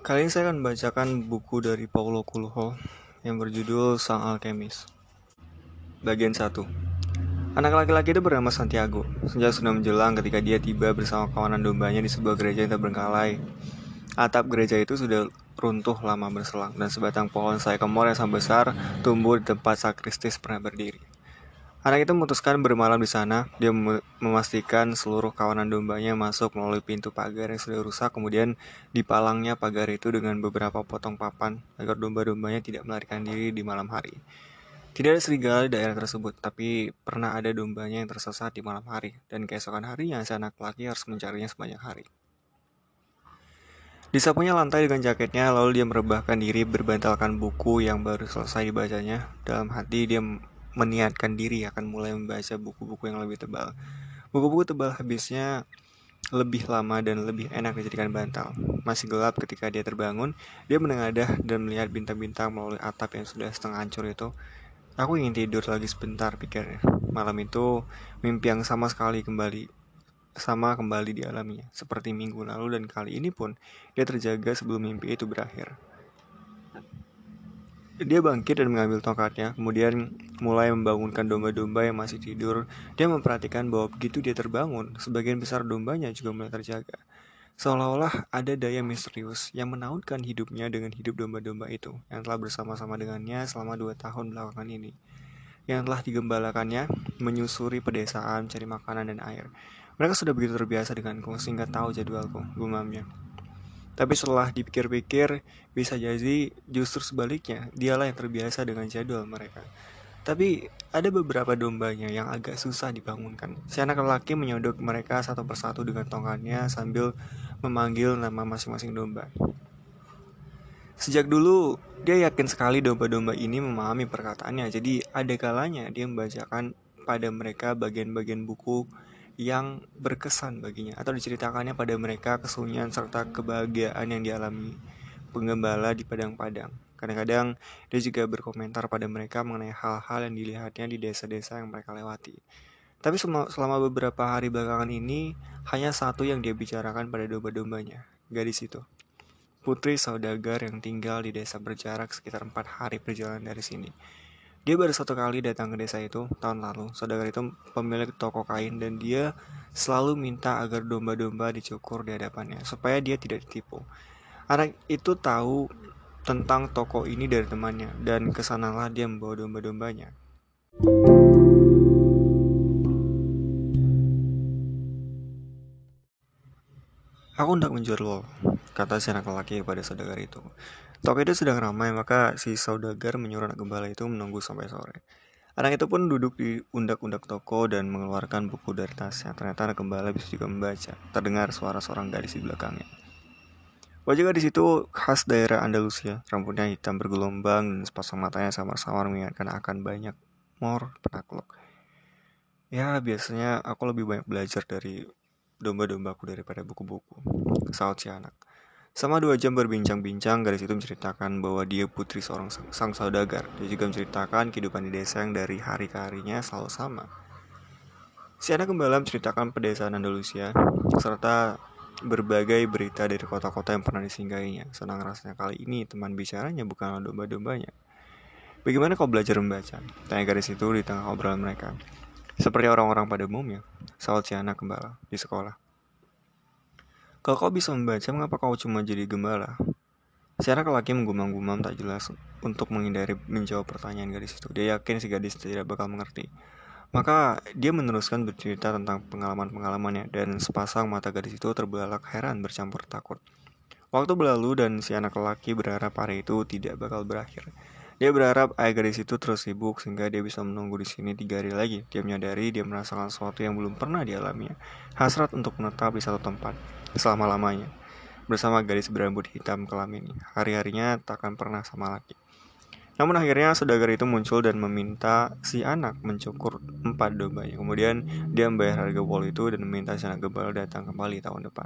Kali ini saya akan membacakan buku dari Paulo Coelho yang berjudul Sang Alkemis. Bagian 1. Anak laki-laki itu bernama Santiago. Senja sudah menjelang ketika dia tiba bersama kawanan dombanya di sebuah gereja yang terbengkalai. Atap gereja itu sudah runtuh lama berselang, dan sebatang pohon sycamore yang sangat besar tumbuh di tempat sakristis pernah berdiri. Anak itu memutuskan bermalam di sana. Dia memastikan seluruh kawanan dombanya masuk melalui pintu pagar yang sudah rusak. Kemudian dipalangnya pagar itu dengan beberapa potong papan agar domba-dombanya tidak melarikan diri di malam hari. Tidak ada serigala di daerah tersebut, tapi pernah ada dombanya yang tersesat di malam hari, dan keesokan harinya si anak laki harus mencarinya sepanjang hari. Disapunya lantai dengan jaketnya, lalu dia merebahkan diri berbantalkan buku yang baru selesai dibacanya. Dalam hati dia meniatkan diri akan mulai membaca buku-buku yang lebih tebal. Buku-buku tebal habisnya lebih lama dan lebih enak dijadikan bantal. Masih gelap ketika dia terbangun, dia menengadah dan melihat bintang-bintang melalui atap yang sudah setengah hancur itu. Aku ingin tidur lagi sebentar, pikirnya. Malam itu, mimpi yang sama kembali dialaminya, seperti minggu lalu, dan kali ini pun dia terjaga sebelum mimpi itu berakhir. Dia bangkit dan mengambil tongkatnya, kemudian mulai membangunkan domba-domba yang masih tidur. Dia memperhatikan bahwa begitu dia terbangun, sebagian besar dombanya juga mulai terjaga. Seolah-olah ada daya misterius yang menautkan hidupnya dengan hidup domba-domba itu, yang telah bersama-sama dengannya selama 2 tahun belakangan ini, yang telah digembalakannya menyusuri pedesaan, mencari makanan dan air. Mereka sudah begitu terbiasa denganku sehingga tahu jadwalku, gumamnya. Tapi setelah dipikir-pikir, bisa jadi justru sebaliknya, dialah yang terbiasa dengan jadwal mereka. Tapi ada beberapa dombanya yang agak susah dibangunkan. Si anak lelaki menyodok mereka satu persatu dengan tongkatnya sambil memanggil nama masing-masing domba. Sejak dulu, dia yakin sekali domba-domba ini memahami perkataannya. Jadi ada kalanya dia membacakan pada mereka bagian-bagian buku yang berkesan baginya, atau diceritakannya pada mereka kesunyian serta kebahagiaan yang dialami penggembala di padang-padang. Kadang-kadang dia juga berkomentar pada mereka mengenai hal-hal yang dilihatnya di desa-desa yang mereka lewati. Tapi selama beberapa hari belakangan ini, hanya satu yang dia bicarakan pada domba-dombanya, gadis itu. Putri saudagar yang tinggal di desa berjarak sekitar 4 hari perjalanan dari sini. Dia baru satu kali datang ke desa itu tahun lalu. Saudagar itu pemilik toko kain dan dia selalu minta agar domba-domba dicukur di hadapannya supaya dia tidak ditipu. Anak itu tahu tentang toko ini dari temannya, dan kesanalah dia membawa domba-dombanya. Aku hendak menjual lol, kata si anak lelaki kepada saudagar itu. Toko itu sedang ramai, maka si saudagar menyuruh anak gembala itu menunggu sampai sore. Anak itu pun duduk di undak-undak toko dan mengeluarkan buku dari tasnya. Ternyata anak gembala bisa juga membaca. Terdengar suara seorang gadis di belakangnya. Wajah gadis itu khas daerah Andalusia. Rambutnya hitam bergelombang dan sepasang matanya samar-samar mengingatkan akan banyak mor penakluk. Ya, biasanya aku lebih banyak belajar dari domba-dombaku daripada buku-buku, saut si anak. Selama 2 jam berbincang-bincang, gadis itu menceritakan bahwa dia putri seorang sang saudagar. Dia juga menceritakan kehidupan di desa yang dari hari ke harinya selalu sama. Si anak gembala menceritakan pedesaan Andalusia, serta berbagai berita dari kota-kota yang pernah disinggahinya. Senang rasanya kali ini teman bicaranya bukanlah domba-dombanya. Bagaimana kau belajar membaca? Tanya gadis itu di tengah obrolan mereka. Seperti orang-orang pada umumnya, saut si anak gembala di sekolah. Kalau kau bisa membaca, mengapa kau cuma jadi gembala? Si anak lelaki menggumam-gumam tak jelas untuk menghindari menjawab pertanyaan gadis itu. Dia yakin si gadis tidak bakal mengerti. Maka dia meneruskan bercerita tentang pengalaman-pengalamannya, dan sepasang mata gadis itu terbelalak heran bercampur takut. Waktu berlalu dan si anak lelaki berharap hari itu tidak bakal berakhir. Dia berharap ayah gadis itu terus sibuk sehingga dia bisa menunggu di sini 3 hari lagi. Dia menyadari dia merasakan sesuatu yang belum pernah dialaminya. Hasrat untuk menetap di satu tempat selama-lamanya bersama gadis berambut hitam kelam ini. Hari-harinya takkan pernah sama lagi. Namun akhirnya saudagar itu muncul dan meminta si anak mencukur 4 dombanya. Kemudian dia membayar harga wol itu dan meminta si anak gembala datang kembali tahun depan.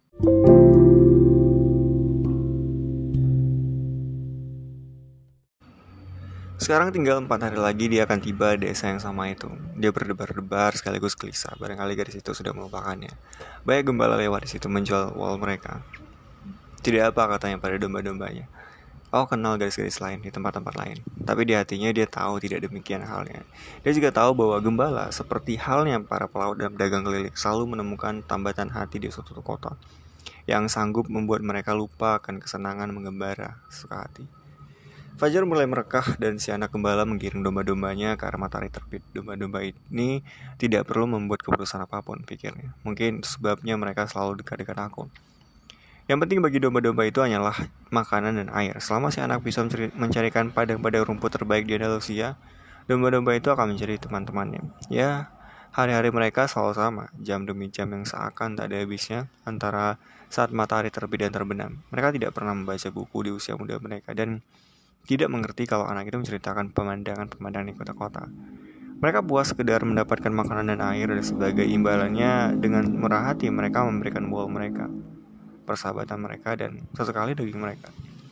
Sekarang tinggal 4 hari lagi dia akan tiba di desa yang sama itu. Dia berdebar-debar sekaligus gelisah. Barangkali gadis itu sudah melupakannya. Banyak gembala lewat di situ menjual wol mereka. Tidak apa katanya pada domba-dombanya. Aku kenal garis-garis lain di tempat-tempat lain, tapi di hatinya dia tahu tidak demikian halnya. Dia juga tahu bahwa gembala, seperti halnya para pelaut dan pedagang keliling, selalu menemukan tambatan hati di suatu kota, yang sanggup membuat mereka lupa akan kesenangan mengembara sesuka hati. Fajar mulai merekah dan si anak gembala menggiring domba-dombanya ke arah matahari terbit. Domba-domba ini tidak perlu membuat keputusan apapun, pikirnya. Mungkin sebabnya mereka selalu dekat-dekat aku. Yang penting bagi domba-domba itu hanyalah makanan dan air. Selama si anak bisa mencarikan padang-padang rumput terbaik di Andalusia, domba-domba itu akan menjadi teman-temannya. Ya, hari-hari mereka selalu sama, jam demi jam yang seakan tak ada habisnya antara saat matahari terbit dan terbenam. Mereka tidak pernah membaca buku di usia muda mereka dan tidak mengerti kalau anak itu menceritakan pemandangan-pemandangan di kota-kota. Mereka puas sekedar mendapatkan makanan dan air dan sebagai imbalannya dengan murah hati mereka memberikan buah mereka, persahabatan mereka, dan sesekali daging mereka.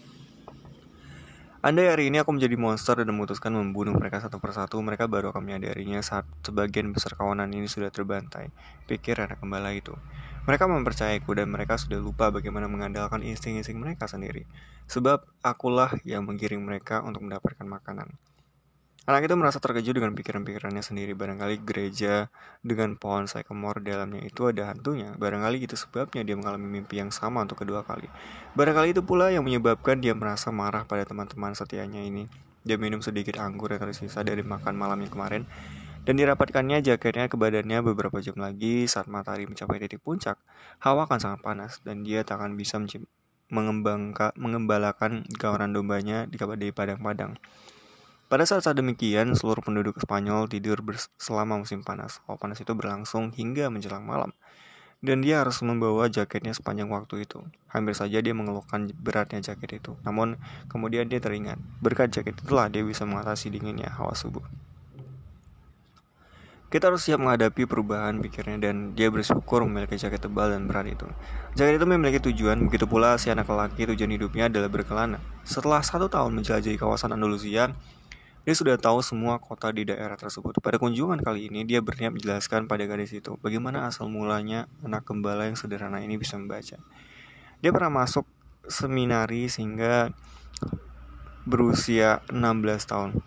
Andai hari ini aku menjadi monster dan memutuskan membunuh mereka satu persatu, mereka baru akan menyadarinya saat sebagian besar kawanan ini sudah terbantai, pikir anak gembala itu. Mereka mempercayaiku dan mereka sudah lupa bagaimana mengandalkan insting-insting mereka sendiri. Sebab akulah yang menggiring mereka untuk mendapatkan makanan. Anak itu merasa terkejut dengan pikiran-pikirannya sendiri. Barangkali gereja dengan pohon sycamore di dalamnya itu ada hantunya. Barangkali itu sebabnya dia mengalami mimpi yang sama untuk kedua kali. Barangkali itu pula yang menyebabkan dia merasa marah pada teman-teman setianya ini. Dia minum sedikit anggur yang tersisa dari makan malamnya kemarin dan dirapatkannya jaketnya ke badannya beberapa jam lagi. Saat matahari mencapai titik puncak, hawa akan sangat panas dan dia tak akan bisa mengembalakan kawanan dombanya di padang-padang. Pada saat demikian, seluruh penduduk Spanyol tidur selama musim panas. Hawa panas itu berlangsung hingga menjelang malam, dan dia harus membawa jaketnya sepanjang waktu itu. Hampir saja dia mengeluhkan beratnya jaket itu. Namun, kemudian dia teringat, berkat jaket itulah dia bisa mengatasi dinginnya hawa subuh. Kita harus siap menghadapi perubahan, pikirnya, dan dia bersyukur memiliki jaket tebal dan berat itu. Jaket itu memiliki tujuan, begitu pula si anak lelaki tujuan hidupnya adalah berkelana. Setelah 1 tahun menjelajahi kawasan Andalusia, dia sudah tahu semua kota di daerah tersebut. Pada kunjungan kali ini, dia berniat menjelaskan pada gadis itu bagaimana asal mulanya anak gembala yang sederhana ini bisa membaca. Dia pernah masuk seminari sehingga berusia 16 tahun.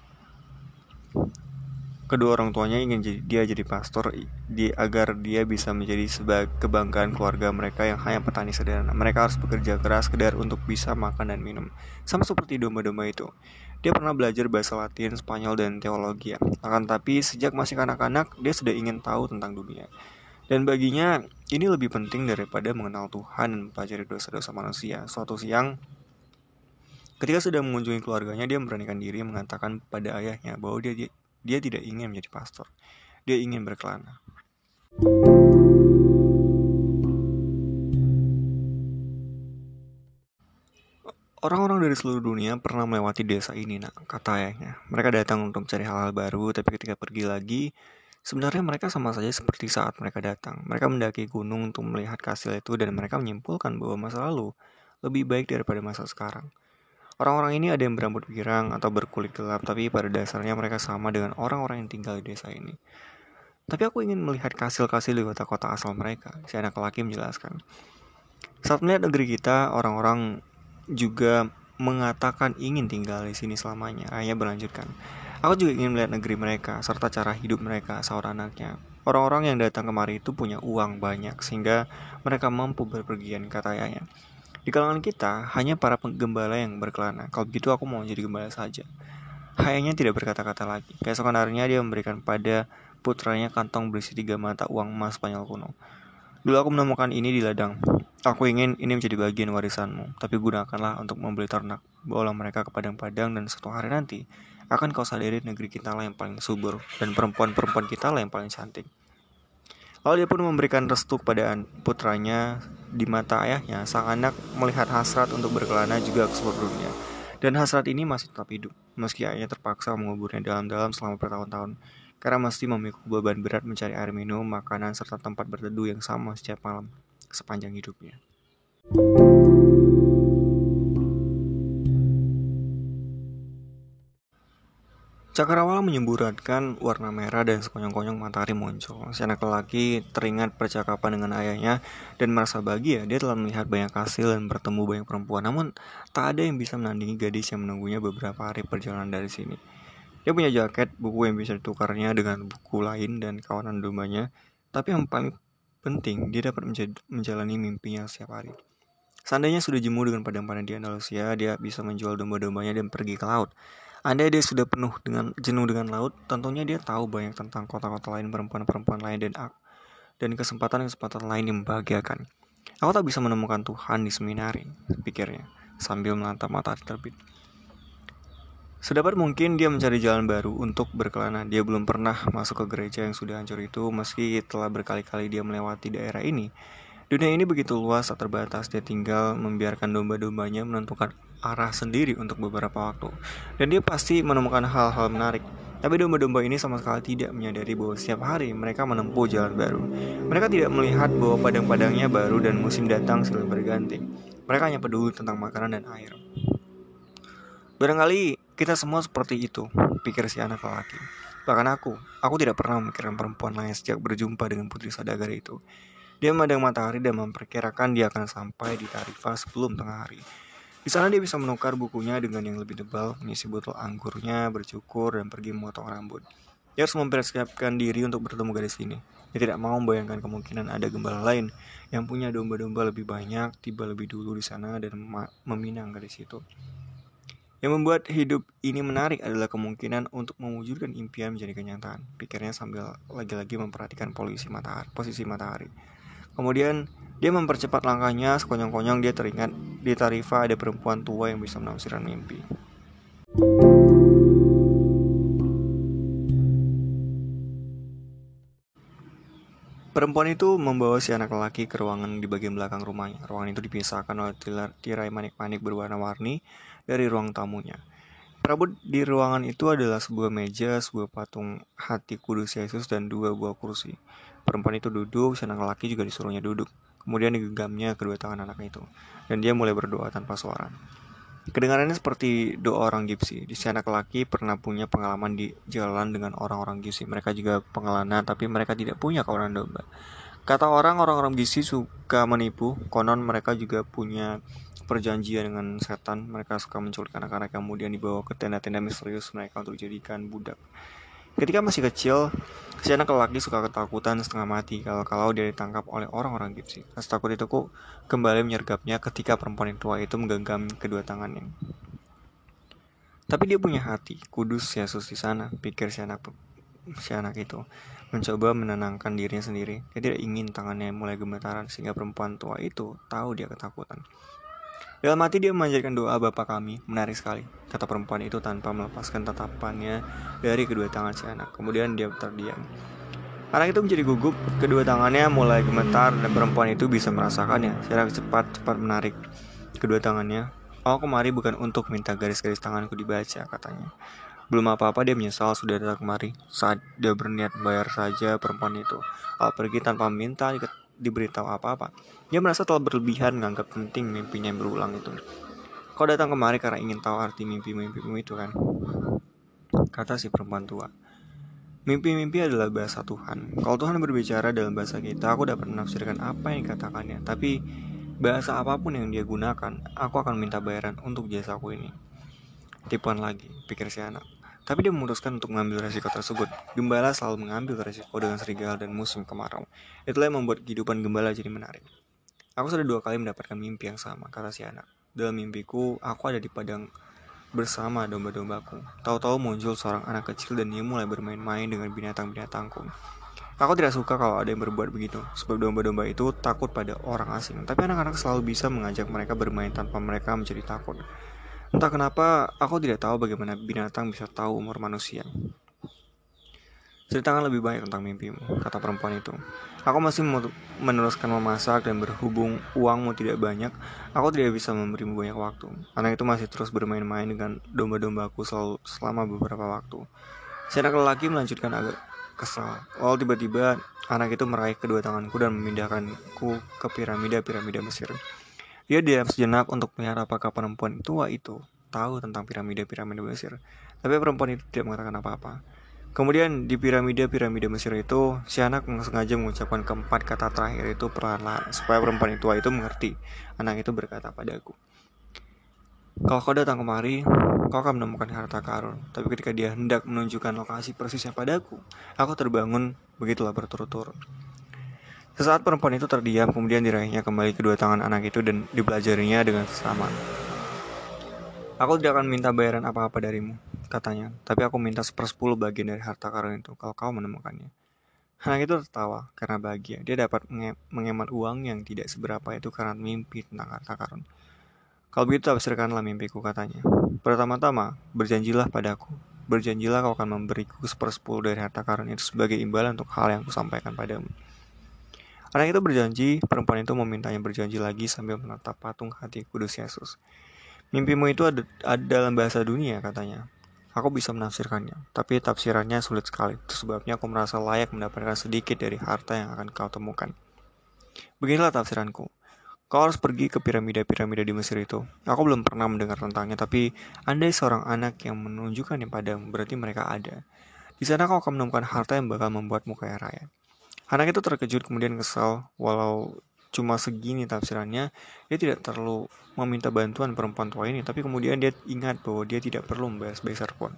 Kedua orang tuanya ingin dia jadi pastor agar dia bisa menjadi sebagai kebanggaan keluarga mereka yang hanya petani sederhana. Mereka harus bekerja keras sekedar untuk bisa makan dan minum, sama seperti domba-domba itu. Dia pernah belajar bahasa Latin, Spanyol, dan teologi. Akan tapi sejak masih kanak-kanak, dia sudah ingin tahu tentang dunia. Dan baginya, ini lebih penting daripada mengenal Tuhan dan mempelajari dosa-dosa manusia. Suatu siang, ketika sudah mengunjungi keluarganya, dia memberanikan diri mengatakan pada ayahnya bahwa dia tidak ingin menjadi pastor. Dia ingin berkelana. Orang-orang dari seluruh dunia pernah melewati desa ini, nak, kata ayahnya. Mereka datang untuk mencari hal-hal baru, tapi ketika pergi lagi, sebenarnya mereka sama saja seperti saat mereka datang. Mereka mendaki gunung untuk melihat kastil itu dan mereka menyimpulkan bahwa masa lalu lebih baik daripada masa sekarang. Orang-orang ini ada yang berambut pirang atau berkulit gelap, tapi pada dasarnya mereka sama dengan orang-orang yang tinggal di desa ini. Tapi aku ingin melihat kastil-kastil di kota-kota asal mereka, si anak lelaki menjelaskan. Saat melihat negeri kita, orang-orang juga mengatakan ingin tinggal di sini selamanya. Ayah berlanjutkan. Aku juga ingin melihat negeri mereka, serta cara hidup mereka, sahut anaknya. Orang-orang yang datang kemari itu punya uang banyak, sehingga mereka mampu berpergian, kata ayahnya. Di kalangan kita, hanya para penggembala yang berkelana. Kalau begitu aku mau jadi gembala saja. Ayahnya tidak berkata-kata lagi. Keesokan harinya dia memberikan pada putranya kantong berisi 3 mata uang emas Spanyol kuno. Dulu aku menemukan ini di ladang. Aku ingin ini menjadi bagian warisanmu, tapi gunakanlah untuk membeli ternak. Bawalah mereka ke padang-padang dan suatu hari nanti akan kau sadari negeri kita lah yang paling subur dan perempuan-perempuan kita lah yang paling cantik. Lalu dia pun memberikan restu kepada putranya. Di mata ayahnya, sang anak melihat hasrat untuk berkelana juga ke seluruh dunia. Dan hasrat ini masih tetap hidup, meski ayahnya terpaksa menguburnya dalam-dalam selama bertahun-tahun. Karena mesti memikul beban berat mencari air minum, makanan, serta tempat berteduh yang sama setiap malam sepanjang hidupnya. Cakrawala menyemburatkan warna merah dan sekonyong-konyong matahari muncul. Si anak lelaki teringat percakapan dengan ayahnya dan merasa bahagia. Dia telah melihat banyak hasil dan bertemu banyak perempuan. Namun, tak ada yang bisa menandingi gadis yang menunggunya beberapa hari perjalanan dari sini. Dia punya jaket, buku yang bisa ditukarnya dengan buku lain dan kawanan dombanya. Tapi yang paling penting, dia dapat menjalani mimpinya setiap hari. Seandainya sudah jemu dengan padang-padang di Andalusia, dia bisa menjual domba-dombanya dan pergi ke laut. Andai dia sudah jenuh dengan laut, tentunya dia tahu banyak tentang kota-kota lain, perempuan-perempuan lain, dan kesempatan-kesempatan lain yang membahagiakan. Aku tak bisa menemukan Tuhan di seminari, pikirnya, sambil melantap matahari terbit. Sedapat mungkin dia mencari jalan baru untuk berkelana. Dia belum pernah masuk ke gereja yang sudah hancur itu, meski telah berkali-kali dia melewati daerah ini. Dunia ini begitu luas tak terbatas, dia tinggal membiarkan domba-dombanya menentukan arah sendiri untuk beberapa waktu. Dan dia pasti menemukan hal-hal menarik. Tapi domba-domba ini sama sekali tidak menyadari bahwa setiap hari mereka menempuh jalan baru. Mereka tidak melihat bahwa padang-padangnya baru dan musim datang silih berganti. Mereka hanya peduli tentang makanan dan air. Barangkali kita semua seperti itu, pikir si anak lelaki. Bahkan aku tidak pernah memikirkan perempuan lain sejak berjumpa dengan putri saudagar itu. Dia memandang matahari dan memperkirakan dia akan sampai di Tarifa sebelum tengah hari. Di sana dia bisa menukar bukunya dengan yang lebih tebal, mengisi botol anggurnya, bercukur, dan pergi memotong rambut. Dia harus mempersiapkan diri untuk bertemu gadis ini. Dia tidak mau membayangkan kemungkinan ada gembala lain yang punya domba-domba lebih banyak, tiba lebih dulu di sana dan meminang gadis itu. Yang membuat hidup ini menarik adalah kemungkinan untuk mewujudkan impian menjadi kenyataan, pikirnya sambil lagi-lagi memperhatikan posisi matahari. Kemudian dia mempercepat langkahnya, sekonyong-konyong dia teringat di Tarifa ada perempuan tua yang bisa menafsirkan mimpi. Perempuan itu membawa si anak lelaki ke ruangan di bagian belakang rumahnya. Ruangan itu dipisahkan oleh tirai manik-manik berwarna-warni dari ruang tamunya. Perabot di ruangan itu adalah sebuah meja, sebuah patung hati kudus Yesus, dan 2 buah kursi. Perempuan itu duduk, si anak lelaki juga disuruhnya duduk. Kemudian digenggamnya kedua tangan anak itu, dan dia mulai berdoa tanpa suara. Kedengarannya seperti doa orang Gipsi. Si anak lelaki pernah punya pengalaman di jalan dengan orang-orang Gipsi. Mereka juga pengelana, tapi mereka tidak punya kawanan domba. Kata orang-orang Gipsi suka menipu. Konon mereka juga punya perjanjian dengan setan. Mereka suka menculik anak-anak yang kemudian dibawa ke tenda-tenda misterius mereka untuk dijadikan budak. Ketika masih kecil, si anak lelaki suka ketakutan setengah mati kalau dia ditangkap oleh orang-orang Gipsi. Rasa takut itu kok kembali menyergapnya ketika perempuan tua itu menggenggam kedua tangannya. Tapi dia punya hati kudus Yesus di sana, pikir si anak itu, mencoba menenangkan dirinya sendiri. Dia tidak ingin tangannya mulai gemetaran sehingga perempuan tua itu tahu dia ketakutan. Dalam hati dia memanjatkan doa Bapa kami, menarik sekali, kata perempuan itu tanpa melepaskan tatapannya dari kedua tangan si anak. Kemudian dia terdiam. Anak itu menjadi gugup, kedua tangannya mulai gemetar dan perempuan itu bisa merasakannya. Si anak cepat menarik kedua tangannya. Aku kemari bukan untuk minta garis-garis tanganku dibaca, katanya. Belum apa-apa dia menyesal sudah datang kemari. Saat dia berniat bayar saja perempuan itu pergi tanpa meminta diberitahu apa-apa. Dia merasa telah berlebihan menganggap penting mimpinya yang berulang itu. Kau datang kemari karena ingin tahu arti mimpi-mimpimu itu kan? Kata si perempuan tua. Mimpi-mimpi adalah bahasa Tuhan. Kalau Tuhan berbicara dalam bahasa kita, aku dapat menafsirkan apa yang dikatakannya. Tapi bahasa apapun yang dia gunakan, aku akan minta bayaran untuk jasaku ini. Tipuan lagi, pikir si anak. Tapi dia memutuskan untuk mengambil resiko tersebut. Gembala selalu mengambil resiko dengan serigala dan musim kemarau. Itulah yang membuat kehidupan gembala jadi menarik. Aku sudah 2 kali mendapatkan mimpi yang sama, kata si anak. Dalam mimpiku, aku ada di padang bersama domba-dombaku. Tahu-tahu muncul seorang anak kecil dan dia mulai bermain-main dengan binatang-binatangku. Aku tidak suka kalau ada yang berbuat begitu, sebab domba-domba itu takut pada orang asing. Tapi anak-anak selalu bisa mengajak mereka bermain tanpa mereka menjadi takut. Entah kenapa, aku tidak tahu bagaimana binatang bisa tahu umur manusia. Ceritakan lebih banyak tentang mimpimu, kata perempuan itu. Aku masih meneruskan memasak dan berhubung uangmu tidak banyak, aku tidak bisa memberimu banyak waktu. Anak itu masih terus bermain-main dengan domba-dombaku selama beberapa waktu. Si anak lelaki melanjutkan agak kesal. Lalu tiba-tiba anak itu meraih kedua tanganku dan memindahkanku ke piramida Mesir. Dia diam sejenak untuk melihat apakah perempuan tua itu tahu tentang piramida-piramida Mesir. Tapi perempuan itu tidak mengatakan apa-apa. Kemudian di piramida Mesir itu, si anak sengaja mengucapkan keempat kata terakhir itu perlahan-lahan supaya perempuan tua itu mengerti. Anak itu berkata padaku, "Kalau kau datang kemari, kau akan menemukan harta karun." Tapi ketika dia hendak menunjukkan lokasi persisnya padaku, aku terbangun begitulah berturut-turut. Sesaat perempuan itu terdiam, kemudian diraihnya kembali kedua tangan anak itu dan dipelajarinya dengan seksama. "Aku tidak akan minta bayaran apa-apa darimu," katanya, "tapi aku minta 1/10 bagian dari harta karun itu kalau kau menemukannya." Anak itu tertawa karena bahagia. Dia dapat menghemat uang yang tidak seberapa itu karena mimpi tentang harta karun. "Kalau begitu tafsirkanlah mimpiku," katanya. "Pertama-tama, berjanjilah padaku. Berjanjilah kau akan memberiku 1/10 dari harta karun itu sebagai imbalan untuk hal yang kusampaikan padamu." Anak itu berjanji, perempuan itu memintanya berjanji lagi sambil menatap patung hati kudus Yesus. "Mimpimu itu ada dalam bahasa dunia," katanya. "Aku bisa menafsirkannya, tapi tafsirannya sulit sekali. Itu sebabnya aku merasa layak mendapatkan sedikit dari harta yang akan kau temukan. Beginilah tafsiranku. Kau harus pergi ke piramida-piramida di Mesir itu. Aku belum pernah mendengar tentangnya, tapi andai seorang anak yang menunjukkannya padamu, berarti mereka ada. Di sana kau akan menemukan harta yang bakal membuatmu kaya raya." Anak itu terkejut kemudian kesal, walau cuma segini tafsirannya, dia tidak terlalu meminta bantuan perempuan tua ini, tapi kemudian dia ingat bahwa dia tidak perlu membayar sebesar pun.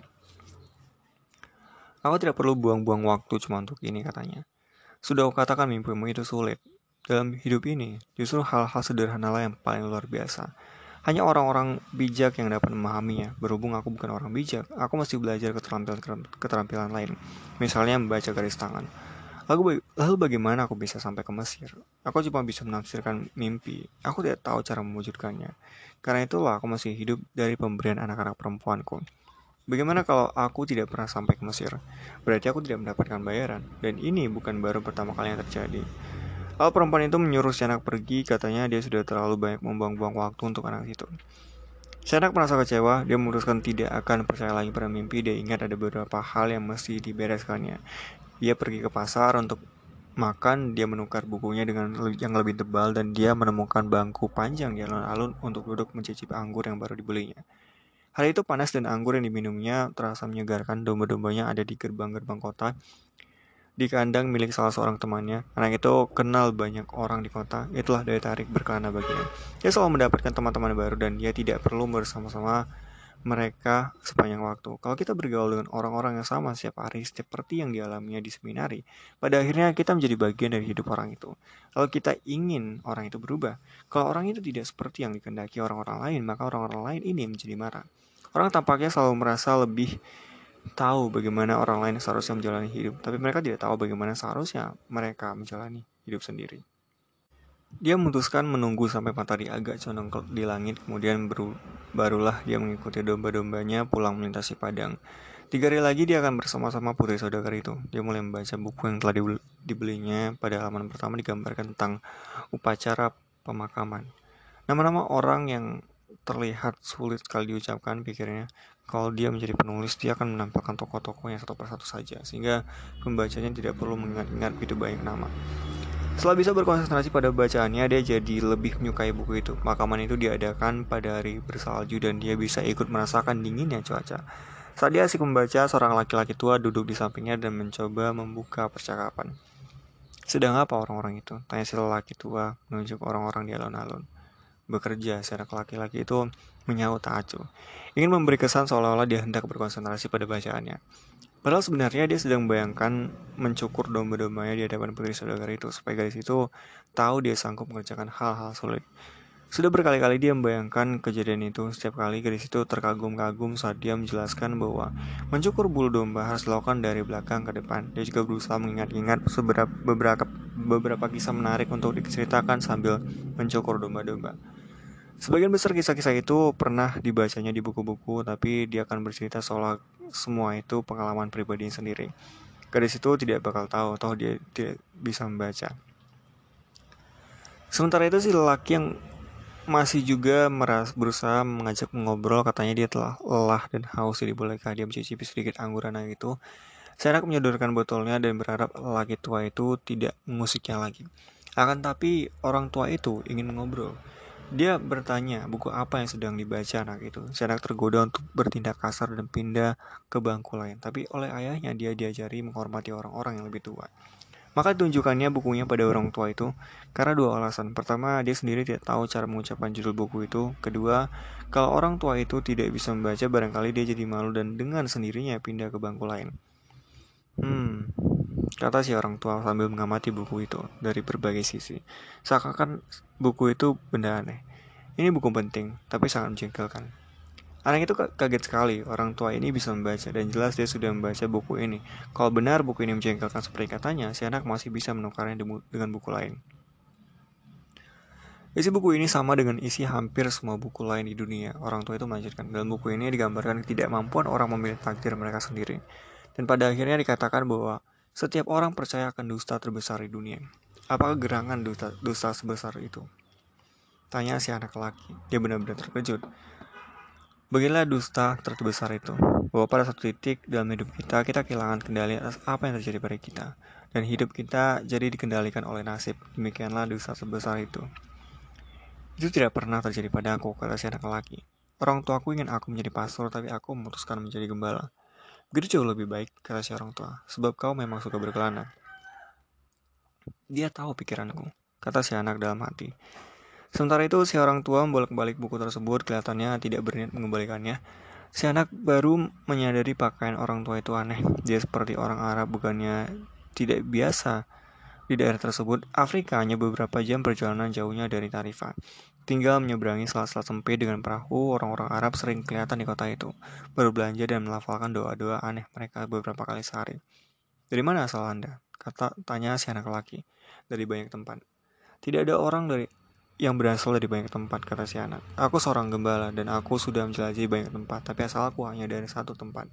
"Aku tidak perlu buang-buang waktu cuma untuk ini," katanya. "Sudah aku katakan mimpimu itu sulit. Dalam hidup ini, justru hal-hal sederhanalah yang paling luar biasa. Hanya orang-orang bijak yang dapat memahaminya. Berhubung aku bukan orang bijak, aku mesti belajar keterampilan lain. Misalnya membaca garis tangan. Lalu bagaimana aku bisa sampai ke Mesir? Aku cuma bisa menafsirkan mimpi. Aku tidak tahu cara mewujudkannya. Karena itulah aku masih hidup dari pemberian anak-anak perempuanku. Bagaimana kalau aku tidak pernah sampai ke Mesir? Berarti aku tidak mendapatkan bayaran. Dan ini bukan baru pertama kali yang terjadi." Lalu perempuan itu menyuruh si anak pergi, katanya dia sudah terlalu banyak membuang-buang waktu untuk anak itu. Si anak merasa kecewa, dia memutuskan tidak akan percaya lagi pada mimpi. Dia ingat ada beberapa hal yang mesti dibereskannya. Dia pergi ke pasar untuk makan, dia menukar bukunya dengan yang lebih tebal, dan dia menemukan bangku panjang di alun-alun untuk duduk mencicipi anggur yang baru dibelinya. Hari itu panas dan anggur yang diminumnya terasa menyegarkan. Domba-dombanya ada di gerbang-gerbang kota, di kandang milik salah seorang temannya. Anak itu kenal banyak orang di kota, itulah daya tarik berkelana baginya. Dia selalu mendapatkan teman-teman baru dan dia tidak perlu bersama-sama mereka sepanjang waktu. Kalau kita bergaul dengan orang-orang yang sama setiap hari, seperti yang dialaminya di seminari, pada akhirnya kita menjadi bagian dari hidup orang itu. Kalau kita ingin orang itu berubah, kalau orang itu tidak seperti yang dikehendaki orang-orang lain, maka orang-orang lain ini menjadi marah. Orang tampaknya selalu merasa lebih tahu bagaimana orang lain seharusnya menjalani hidup, tapi mereka tidak tahu bagaimana seharusnya mereka menjalani hidup sendiri. Dia memutuskan menunggu sampai matahari agak condong di langit, kemudian barulah dia mengikuti domba-dombanya pulang melintasi padang. 3 hari lagi dia akan bersama-sama putri saudagar itu. Dia mulai membaca buku yang telah dibelinya. Pada halaman pertama digambarkan tentang upacara pemakaman. Nama-nama orang yang terlihat sulit sekali diucapkan, pikirnya. Kalau dia menjadi penulis, dia akan menampilkan tokoh-tokohnya satu persatu saja, sehingga pembacanya tidak perlu mengingat-ingat begitu banyak nama. Setelah bisa berkonsentrasi pada bacaannya, dia jadi lebih menyukai buku itu. Pemakaman itu diadakan pada hari bersalju dan dia bisa ikut merasakan dinginnya cuaca. Saat dia asik membaca, seorang laki-laki tua duduk di sampingnya dan mencoba membuka percakapan. "Sedang apa orang-orang itu?" tanya si lelaki tua menunjuk orang-orang di alun-alun. "Bekerja," seorang laki-laki itu menyaut tak acuh. Ingin memberi kesan seolah-olah dia hendak berkonsentrasi pada bacaannya. Padahal sebenarnya dia sedang membayangkan mencukur domba-dombanya di hadapan putri saudagar itu, supaya gadis itu tahu dia sanggup mengerjakan hal-hal sulit. Sudah berkali-kali dia membayangkan kejadian itu. Setiap kali gadis itu terkagum-kagum saat dia menjelaskan bahwa mencukur bulu domba harus dilakukan dari belakang ke depan. Dia juga berusaha mengingat-ingat beberapa kisah menarik untuk diceritakan sambil mencukur domba-domba. Sebagian besar kisah-kisah itu pernah dibacanya di buku-buku, tapi dia akan bercerita seolah semua itu pengalaman pribadinya sendiri. Gadis itu tidak bakal tahu atau dia tidak bisa membaca. Sementara itu si lelaki yang masih juga berusaha mengajak mengobrol, katanya dia telah lelah dan haus, jadi bolehkah dia mencicipi sedikit anggur anak itu. Saya menyodorkan botolnya dan berharap lelaki tua itu tidak mengusiknya lagi. Akan tapi orang tua itu ingin mengobrol. Dia bertanya buku apa yang sedang dibaca anak itu. Si anak tergoda untuk bertindak kasar dan pindah ke bangku lain. Tapi oleh ayahnya dia diajari menghormati orang-orang yang lebih tua. Maka ditunjukkannya bukunya pada orang tua itu karena dua alasan. Pertama, dia sendiri tidak tahu cara mengucapkan judul buku itu. Kedua, kalau orang tua itu tidak bisa membaca, barangkali dia jadi malu dan dengan sendirinya pindah ke bangku lain. Hmm, kata si orang tua sambil mengamati buku itu dari berbagai sisi. Seakan-akan buku itu benda aneh. Ini buku penting, tapi sangat menjengkelkan. Anak itu kaget sekali, orang tua ini bisa membaca dan jelas dia sudah membaca buku ini. Kalau benar buku ini menjengkelkan seperti katanya, si anak masih bisa menukarnya dengan buku lain. Isi buku ini sama dengan isi hampir semua buku lain di dunia. Orang tua itu melanjutkan. Dalam buku ini digambarkan ketidakmampuan orang memilih takdir mereka sendiri. Dan pada akhirnya dikatakan bahwa setiap orang percaya akan dusta terbesar di dunia. Apakah gerangan dusta sebesar itu? Tanya si anak laki. Dia benar-benar terkejut. Beginilah dusta terbesar itu, bahwa pada satu titik dalam hidup kita, kita kehilangan kendali atas apa yang terjadi pada kita. Dan hidup kita jadi dikendalikan oleh nasib. Demikianlah dusta sebesar itu. Itu tidak pernah terjadi pada aku, kata si anak laki. Orang tuaku ingin aku menjadi pastor, tapi aku memutuskan menjadi gembala. Begitu jauh lebih baik, kata si orang tua, sebab kau memang suka berkelana. Dia tahu pikiranku, kata si anak dalam hati. Sementara itu, si orang tua membolak-balik buku tersebut, kelihatannya tidak berniat mengembalikannya. Si anak baru menyadari pakaian orang tua itu aneh. Dia seperti orang Arab, bukannya tidak biasa di daerah tersebut. Afrika hanya beberapa jam perjalanan jauhnya dari Tarifa. Tinggal menyeberangi sela-sela sempit dengan perahu, orang-orang Arab sering kelihatan di kota itu, berbelanja dan melafalkan doa-doa aneh mereka beberapa kali sehari. Dari mana asal Anda? Tanya si anak laki. Dari banyak tempat. Tidak ada orang yang berasal dari banyak tempat, kata si anak. Aku seorang gembala dan aku sudah menjelajahi banyak tempat, tapi asalku hanya dari satu tempat.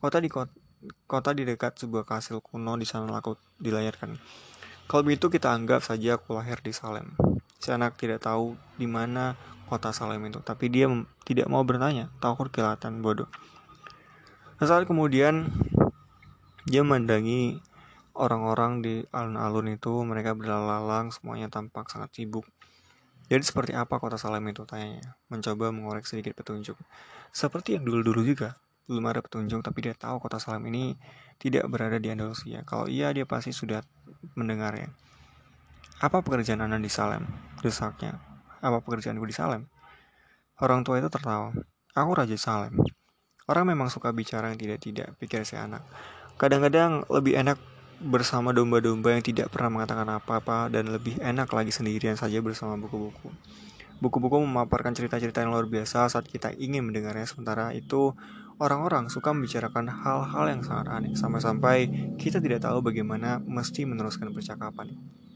Kota di dekat sebuah kastil kuno, di sana aku dilayarkan. Kalau begitu kita anggap saja aku lahir di Salem. Si anak tidak tahu di mana kota Salem itu, tapi dia tidak mau bertanya, takut kelihatan bodoh. Sesaat kemudian dia memandangi orang-orang di alun-alun itu, mereka berlalang, semuanya tampak sangat sibuk. Jadi seperti apa kota Salem itu, tanyanya, mencoba mengorek sedikit petunjuk. Seperti yang dulu-dulu juga, belum ada petunjuk, tapi dia tahu kota Salem ini tidak berada di Andalusia. Kalau iya, dia pasti sudah mendengarnya. Apa pekerjaan Anda di Salem? Desaknya. Apa pekerjaanku di Salem? Orang tua itu tertawa. Aku Raja Salem. Orang memang suka bicara yang tidak-tidak, pikir si anak. Kadang-kadang lebih enak bersama domba-domba yang tidak pernah mengatakan apa-apa dan lebih enak lagi sendirian saja bersama buku-buku. Buku-buku memaparkan cerita-cerita yang luar biasa saat kita ingin mendengarnya, sementara itu orang-orang suka membicarakan hal-hal yang sangat aneh sampai-sampai kita tidak tahu bagaimana mesti meneruskan percakapan.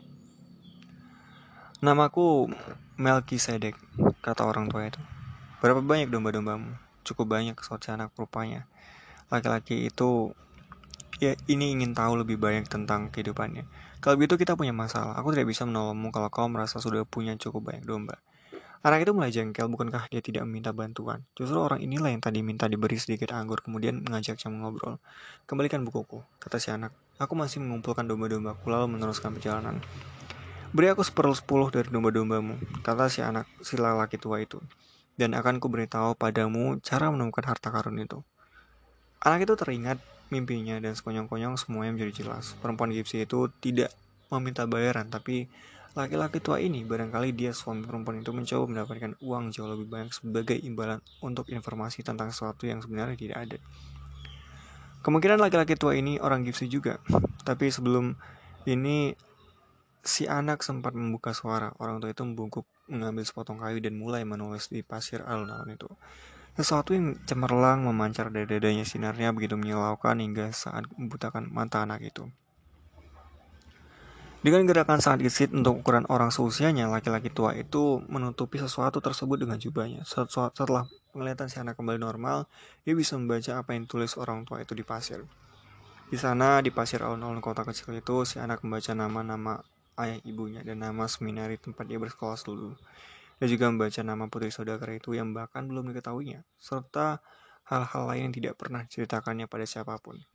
Namaku Melkisedek, kata orang tua itu. Berapa banyak domba-dombamu? Cukup banyak, saut si anak rupanya. Laki-laki itu ini ingin tahu lebih banyak tentang kehidupannya. Kalau begitu kita punya masalah. Aku tidak bisa menolongmu kalau kau merasa sudah punya cukup banyak domba. Anak itu mulai jengkel, bukankah dia tidak meminta bantuan? Justru orang inilah yang tadi minta diberi sedikit anggur, kemudian mengajaknya mengobrol. Kembalikan bukuku, kata si anak. Aku masih mengumpulkan domba-dombaku lalu meneruskan perjalanan. Beri aku 1/10 dari domba-dombamu, kata si lelaki tua itu. Dan akan kuberitahu padamu cara menemukan harta karun itu. Anak itu teringat mimpinya dan sekonyong-konyong semuanya menjadi jelas. Perempuan Gipsi itu tidak meminta bayaran, tapi laki-laki tua ini, barangkali dia suami perempuan itu, mencoba mendapatkan uang jauh lebih banyak sebagai imbalan untuk informasi tentang sesuatu yang sebenarnya tidak ada. Kemungkinan laki-laki tua ini orang Gipsi juga. Tapi sebelum ini si anak sempat membuka suara. Orang tua itu membungkuk, mengambil sepotong kayu dan mulai menulis di pasir alun-alun itu. Sesuatu yang cemerlang memancar dari dadanya, sinarnya begitu menyilaukan hingga saat membutakan mata anak itu. Dengan gerakan sangat gesit untuk ukuran orang seusianya, laki-laki tua itu menutupi sesuatu tersebut dengan jubahnya. Setelah penglihatan si anak kembali normal, dia bisa membaca apa yang ditulis orang tua itu di pasir. Di sana, di pasir alun-alun kota kecil itu, si anak membaca nama-nama ayah ibunya dan nama seminari tempat dia bersekolah dulu. Dia juga membaca nama putri saudagar itu yang bahkan belum diketahuinya, serta hal-hal lain yang tidak pernah diceritakannya pada siapapun.